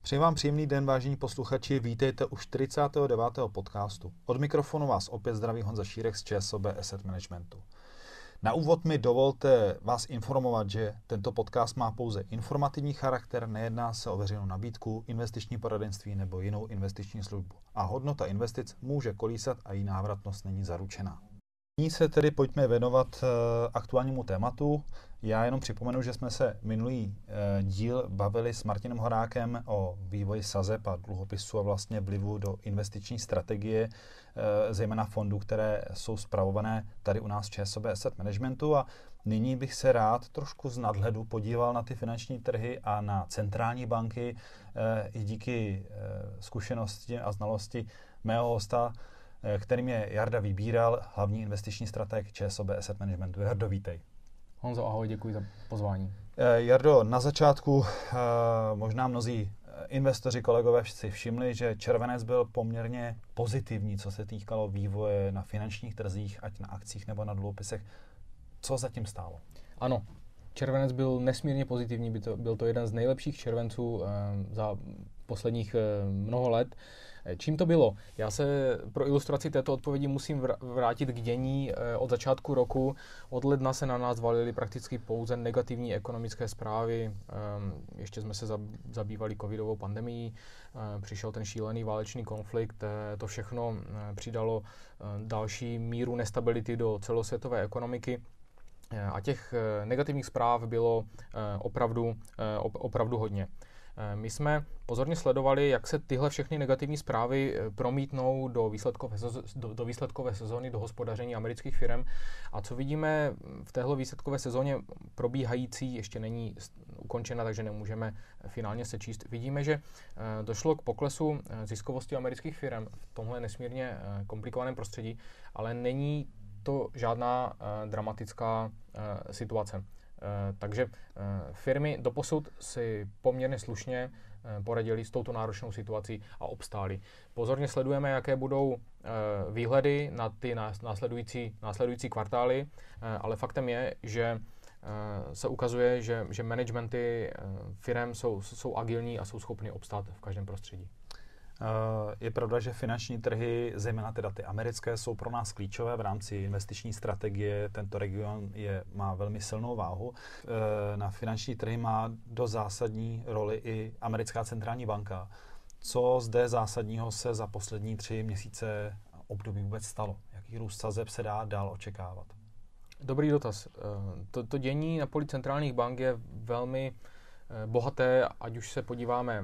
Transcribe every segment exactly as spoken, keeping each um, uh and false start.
Přeji vám příjemný den, vážení posluchači, vítejte u čtyřicátého devátého podcastu. Od mikrofonu vás opět zdraví Honza Šírek z ČSOB Asset Managementu. Na úvod mi dovolte vás informovat, že tento podcast má pouze informativní charakter, nejedná se o veřejnou nabídku, investiční poradenství nebo jinou investiční službu. A hodnota investic může kolísat a její návratnost není zaručená. Nyní se tedy pojďme věnovat aktuálnímu tématu. Já jenom připomenu, že jsme se minulý díl bavili s Martinem Horákem o vývoji sazeb a dluhopisů a vlastně vlivu do investiční strategie, zejména fondů, které jsou spravované tady u nás v ČSOB Asset Managementu. A nyní bych se rád trošku z nadhledu podíval na ty finanční trhy a na centrální banky i díky zkušenosti a znalosti mého hosta, kterým je Jarda Vybíral, hlavní investiční strateg ČSOB Asset Managementu. Jardo, vítej. Honzo, ahoj, děkuji za pozvání. Jardo, na začátku možná mnozí investoři, kolegové si všimli, že červenec byl poměrně pozitivní, co se týkalo vývoje na finančních trzích, ať na akcích nebo na dluhopisech. Co zatím stálo? Ano, červenec byl nesmírně pozitivní, byl to, byl to jeden z nejlepších červenců eh, za posledních eh, mnoho let. Čím to bylo? Já se pro ilustraci této odpovědi musím vrátit k dění od začátku roku. Od ledna se na nás valily prakticky pouze negativní ekonomické zprávy. Ještě jsme se zabývali covidovou pandemií, přišel ten šílený válečný konflikt. To všechno přidalo další míru nestability do celosvětové ekonomiky. A těch negativních zpráv bylo opravdu, opravdu hodně. My jsme pozorně sledovali, jak se tyhle všechny negativní zprávy promítnou do výsledkové, do, do výsledkové sezóny, do hospodaření amerických firm. A co vidíme v téhle výsledkové sezóně probíhající, ještě není ukončena, takže nemůžeme finálně sečíst. Vidíme, že došlo k poklesu ziskovosti amerických firm v tomhle nesmírně komplikovaném prostředí, ale není to žádná dramatická situace. Takže firmy doposud si poměrně slušně poradili s touto náročnou situací a obstály. Pozorně sledujeme, jaké budou výhledy na ty následující, následující kvartály, ale faktem je, že se ukazuje, že, že managementy firem jsou, jsou agilní a jsou schopny obstát v každém prostředí. Je pravda, že finanční trhy, zejména teda ty americké, jsou pro nás klíčové v rámci investiční strategie. Tento region je, má velmi silnou váhu. Na finanční trhy má dost zásadní roli i americká centrální banka. Co zde zásadního se za poslední tři měsíce období vůbec stalo? Jaký růst sazeb se dá dál očekávat? Dobrý dotaz. To, to dění na poli centrálních bank je velmi bohaté, ať už se podíváme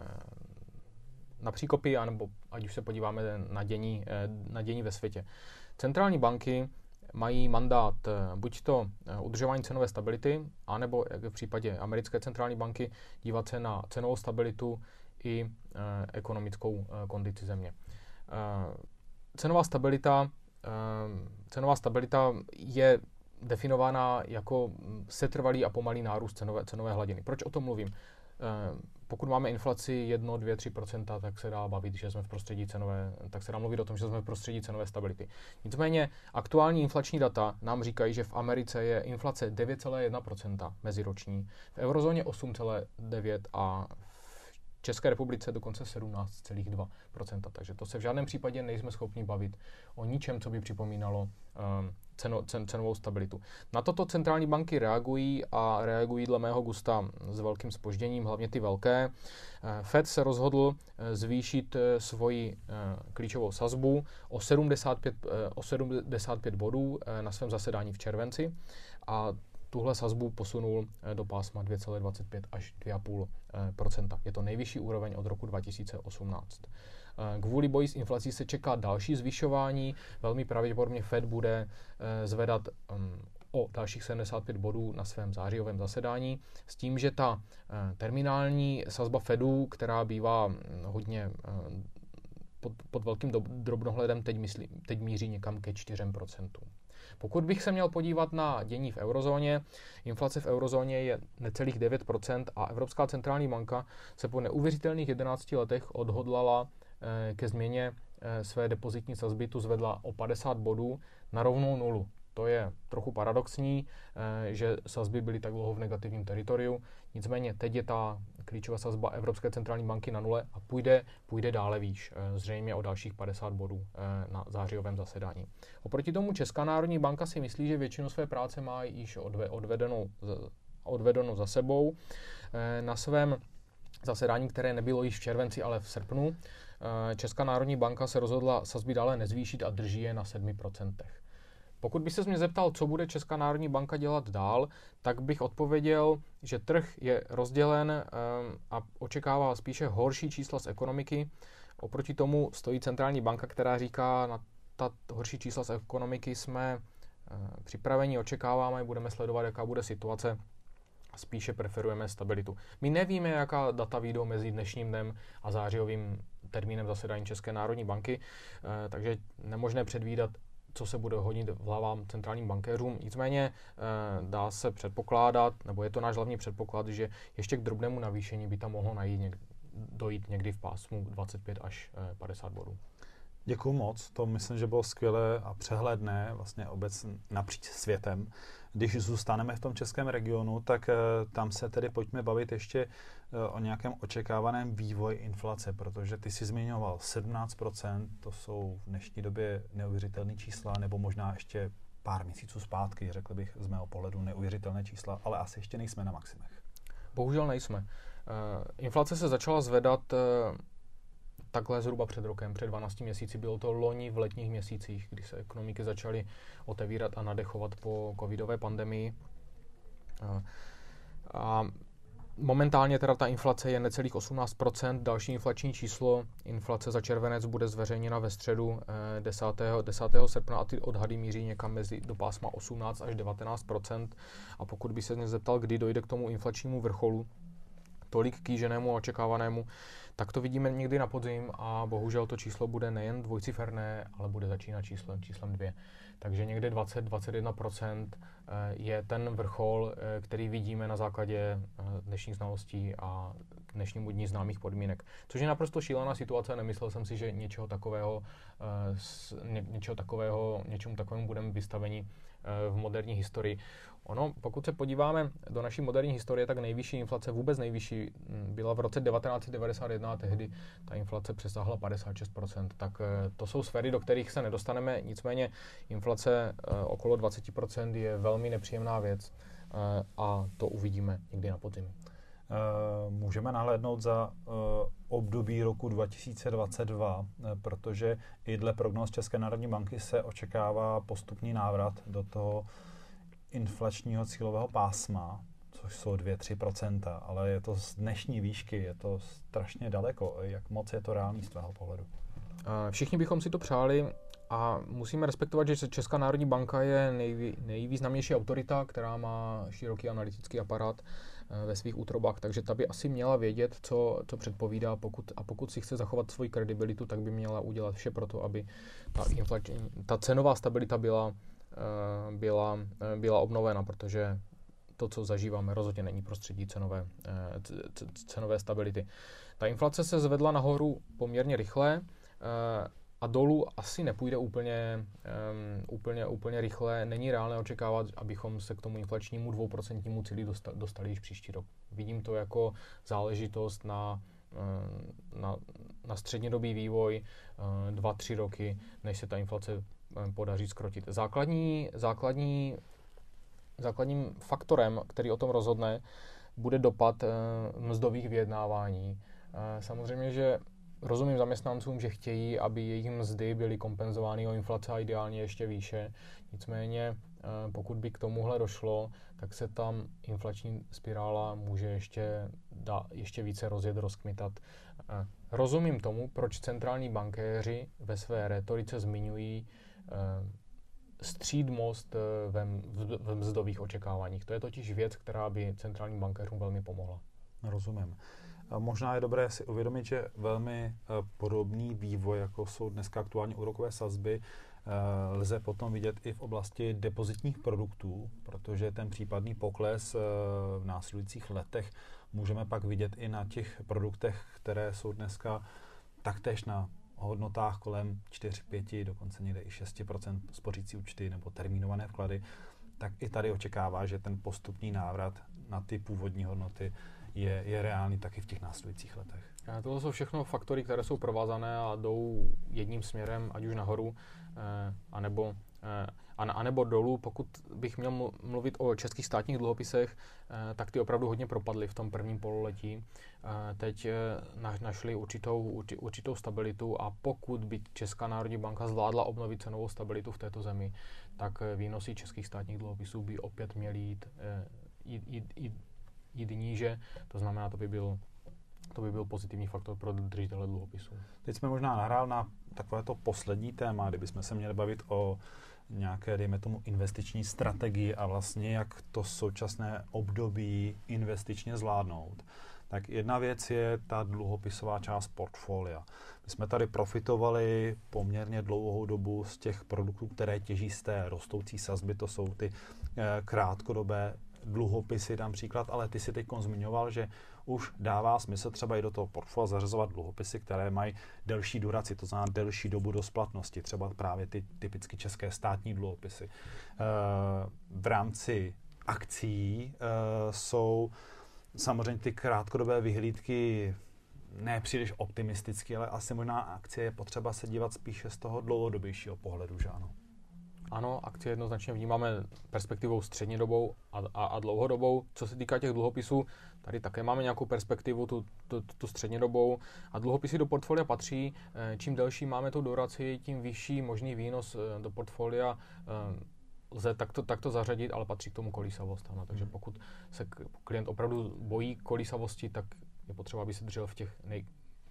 na příkopy, anebo ať už se podíváme na dění, na dění ve světě. Centrální banky mají mandát buď to udržování cenové stability, anebo jak v případě americké centrální banky dívat se na cenovou stabilitu i ekonomickou kondici země. Cenová stabilita, cenová stabilita je definována jako setrvalý a pomalý nárůst cenové, cenové hladiny. Proč o tom mluvím? Pokud máme inflaci jedna, dvě, tři procenta, tak se dá bavit, že jsme v prostředí cenové, tak se dá mluvit o tom, že jsme v prostředí cenové stability. Nicméně aktuální inflační data nám říkají, že v Americe je inflace devět celá jedna procenta meziroční, v eurozóně osm celá devět procenta a v České republice dokonce sedmnáct celá dva procenta. Takže to se v žádném případě nejsme schopni bavit o ničem, co by připomínalo um, ceno, cen, cenovou stabilitu. Na toto centrální banky reagují a reagují dle mého gusta s velkým zpožděním, hlavně ty velké. Fed se rozhodl zvýšit svoji klíčovou sazbu o sedmdesát pět, o sedmdesát pět bodů na svém zasedání v červenci a tuhle sazbu posunul do pásma dvě celá dvacet pět až dvě celá pět procenta. Je to nejvyšší úroveň od roku dva tisíce osmnáct. Kvůli boji s inflací se čeká další zvyšování. Velmi pravděpodobně Fed bude zvedat o dalších sedmdesát pět bodů na svém zářijovém zasedání, s tím, že ta terminální sazba Fedu, která bývá hodně pod, pod velkým drobnohledem, teď, myslí, teď míří někam ke čtyřem procentům. Pokud bych se měl podívat na dění v eurozóně, inflace v eurozóně je necelých devět procent a Evropská centrální banka se po neuvěřitelných jedenácti letech odhodlala ke změně své depozitní sazby, tu zvedla o padesát bodů na rovnou nulu. To je trochu paradoxní, že sazby byly tak dlouho v negativním teritoriu, nicméně teď je ta klíčová sazba Evropské centrální banky na nule a půjde, půjde dále výš, zřejmě o dalších padesát bodů na zářijovém zasedání. Oproti tomu Česká národní banka si myslí, že většinu své práce má již odvedenou, odvedenou za sebou. Na svém zasedání, které nebylo již v červenci, ale v srpnu, Česká národní banka se rozhodla sazby dále nezvýšit a drží je na sedm procent. Pokud by se mě zeptal, co bude Česká národní banka dělat dál, tak bych odpověděl, že trh je rozdělen a očekává spíše horší čísla z ekonomiky. Oproti tomu stojí centrální banka, která říká, na ta horší čísla z ekonomiky jsme připraveni, očekáváme, budeme sledovat, jaká bude situace. Spíše preferujeme stabilitu. My nevíme, jaká data vyjdou mezi dnešním dnem a zářijovým termínem zasedání České národní banky, takže nemožné předvídat, co se bude hodit v hlavám centrálním bankéřům. Nicméně dá se předpokládat, nebo je to náš hlavní předpoklad, že ještě k drobnému navýšení by tam mohlo najít něk- dojít někdy v pásmu dvacet pět až padesát bodů. Děkuju moc, to myslím, že bylo skvělé a přehledné vlastně obecně napříč světem. Když zůstaneme v tom českém regionu, tak uh, tam se tedy pojďme bavit ještě uh, o nějakém očekávaném vývoji inflace, protože ty jsi zmiňoval sedmnáct procent, to jsou v dnešní době neuvěřitelné čísla, nebo možná ještě pár měsíců zpátky, řekl bych z mého pohledu neuvěřitelné čísla, ale asi ještě nejsme na maximech. Bohužel nejsme. Uh, inflace se začala zvedat uh, takhle zhruba před rokem, před dvanácti měsíci. Bylo to loni v letních měsících, kdy se ekonomiky začaly otevírat a nadechovat po covidové pandemii. A, a momentálně teda ta inflace je necelých osmnáct procent. Další inflační číslo, inflace za červenec, bude zveřejněna ve středu desátého srpna a ty odhady míří někam mezi do pásma osmnáct až devatenáct procent. A pokud by se mě zeptal, kdy dojde k tomu inflačnímu vrcholu, tolik kýženému a očekávanému, tak to vidíme někdy na podzim a bohužel to číslo bude nejen dvojciferné, ale bude začínat číslem, číslem dvě. Takže někde dvacet až dvacet jedna procent je ten vrchol, který vidíme na základě dnešních znalostí a k dnešnímu dní známých podmínek. Což je naprosto šílená situace, nemyslel jsem si, že něčeho takového, ně, něčeho takového, něčemu takovému budeme vystaveni v moderní historii. Ono, pokud se podíváme do naší moderní historie, tak nejvyšší inflace, vůbec nejvyšší, byla v roce devatenáct set devadesát jedna a tehdy ta inflace přesáhla padesát šest procent. Tak to jsou sféry, do kterých se nedostaneme, nicméně inflace okolo dvacet procent je velmi nepříjemná věc a to uvidíme někdy na podzim. Můžeme nahlédnout za období roku dva tisíce dvacet dva, protože i dle prognóz České národní banky se očekává postupný návrat do toho inflačního cílového pásma, což jsou dvě až tři procenta, ale je to z dnešní výšky, je to strašně daleko. Jak moc je to reálný z tvého pohledu? Všichni bychom si to přáli a musíme respektovat, že Česká národní banka je nejvý, nejvýznamnější autorita, která má široký analytický aparát ve svých útrobách, takže ta by asi měla vědět, co, co předpovídá, pokud, a pokud si chce zachovat svoji kredibilitu, tak by měla udělat vše pro to, aby ta, inflační, ta cenová stabilita byla, byla, byla obnovena, protože to, co zažíváme, rozhodně není prostředí cenové, cenové stability. Ta inflace se zvedla nahoru poměrně rychle a dolů asi nepůjde úplně, um, úplně, úplně rychle. Není reálné očekávat, abychom se k tomu inflačnímu dvouprocentnímu cíli dostali, dostali již příští rok. Vidím to jako záležitost na, na, na střednědobý vývoj dva, tři roky, než se ta inflace podaří zkrotit. Základní, základní, základním faktorem, který o tom rozhodne, bude dopad mzdových vyjednávání. Samozřejmě, že rozumím zaměstnancům, že chtějí, aby jejich mzdy byly kompenzovány o inflaci a ideálně ještě výše. Nicméně, pokud by k tomuhle došlo, tak se tam inflační spirála může ještě, da, ještě více rozjet, rozkmitat. Rozumím tomu, proč centrální bankéři ve své rétorice zmiňují střídmost ve, ve mzdových očekáváních. To je totiž věc, která by centrálním bankéřům velmi pomohla. Rozumím. Možná je dobré si uvědomit, že velmi podobný vývoj, jako jsou dneska aktuální úrokové sazby, lze potom vidět i v oblasti depozitních produktů, protože ten případný pokles v následujících letech můžeme pak vidět i na těch produktech, které jsou dneska taktéž na hodnotách kolem čtyři, pět, dokonce někde i šest procent spořící účty nebo termínované vklady, tak i tady očekává, že ten postupný návrat na ty původní hodnoty je, je reálný taky v těch následujících letech. Tohle jsou všechno faktory, které jsou provázané a jdou jedním směrem, ať už nahoru, eh, anebo, eh, anebo dolů. Pokud bych měl mluvit o českých státních dluhopisech, eh, tak ty opravdu hodně propadly v tom prvním pololetí. Eh, teď eh, našli určitou, urči, určitou stabilitu a pokud by Česká národní banka zvládla obnovit cenovou stabilitu v této zemi, tak výnosy českých státních dluhopisů by opět měly jít, eh, jít, jít, jít, jít níže. To znamená, to by byl To by byl pozitivní faktor pro držitele dluhopisů. Teď jsme možná nahrál na takovéto poslední téma, kdybychom se měli bavit o nějaké, dejme tomu, investiční strategii a vlastně jak to současné období investičně zvládnout. Tak jedna věc je ta dluhopisová část portfolia. My jsme tady profitovali poměrně dlouhou dobu z těch produktů, které těží z té rostoucí sazby, to jsou ty eh, krátkodobé dluhopisy, dám příklad, ale ty si teď zmiňoval, že už dává smysl třeba i do toho portfolia zařazovat dluhopisy, které mají delší duraci, to znamená delší dobu do splatnosti, třeba právě ty typicky české státní dluhopisy. E, v rámci akcií e, jsou samozřejmě ty krátkodobé vyhlídky ne příliš optimistické, ale asi možná akcie je potřeba se dívat spíše z toho dlouhodobějšího pohledu, že ano? Ano, akcie jednoznačně vnímáme perspektivou střednědobou a, a, a dlouhodobou. Co se týká těch dluhopisů, tady také máme nějakou perspektivu, tu, tu, tu střednědobou. A dluhopisy do portfolia patří. Čím delší máme tu duraci, tím vyšší možný výnos do portfolia lze takto, takto zařadit, ale patří k tomu kolísavost. Ano. Takže pokud se klient opravdu bojí kolísavosti, tak je potřeba, aby se držel v těch, nej,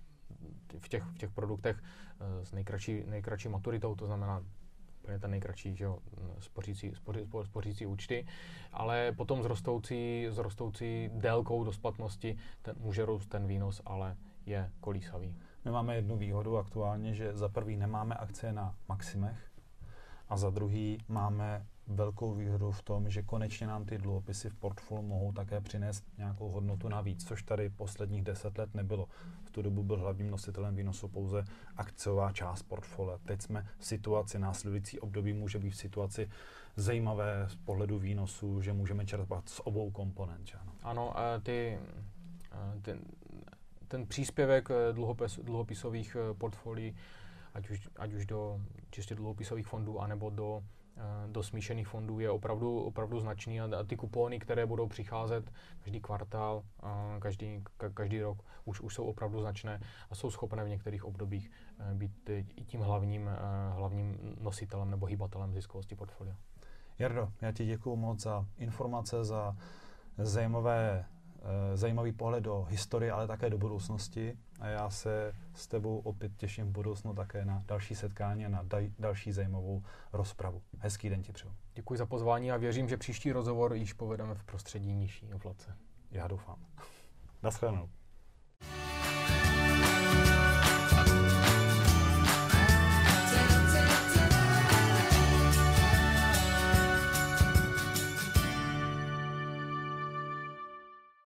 v těch, v těch produktech s nejkratší, nejkratší maturitou, to znamená ten nejkratší, že jo, spořící, spoří, spořící účty, ale potom s rostoucí, s rostoucí délkou do splatnosti ten, může růst ten výnos, ale je kolísavý. My máme jednu výhodu aktuálně, že za prvý nemáme akcie na maximech a za druhý máme velkou výhodu v tom, že konečně nám ty dluhopisy v portfoliu mohou také přinést nějakou hodnotu navíc, což tady posledních deset let nebylo. V tu dobu byl hlavním nositelem výnosu pouze akciová část portfolia. Teď jsme v situaci, následující období může být v situaci zajímavé z pohledu výnosu, že můžeme čerpat z obou komponent. Že ano, ano ty, ten, ten příspěvek dluhopis, dluhopisových portfolií, ať už, ať už do čistě dluhopisových fondů, anebo do do smíšených fondů je opravdu, opravdu značný a ty kupóny, které budou přicházet každý kvartál, každý, každý rok, už, už jsou opravdu značné a jsou schopné v některých obdobích být i tím hlavním, hlavním nositelem nebo hýbatelem ziskovosti portfolia. Jardo, já ti děkuju moc za informace, za zajímavé, zajímavý pohled do historie, ale také do budoucnosti. A já se s tebou opět těším v budoucnu také na další setkání a na dal- další zajímavou rozpravu. Hezký den ti přeju. Děkuji za pozvání a věřím, že příští rozhovor již povedeme v prostředí nižší inflace. Já doufám. Naschledanou.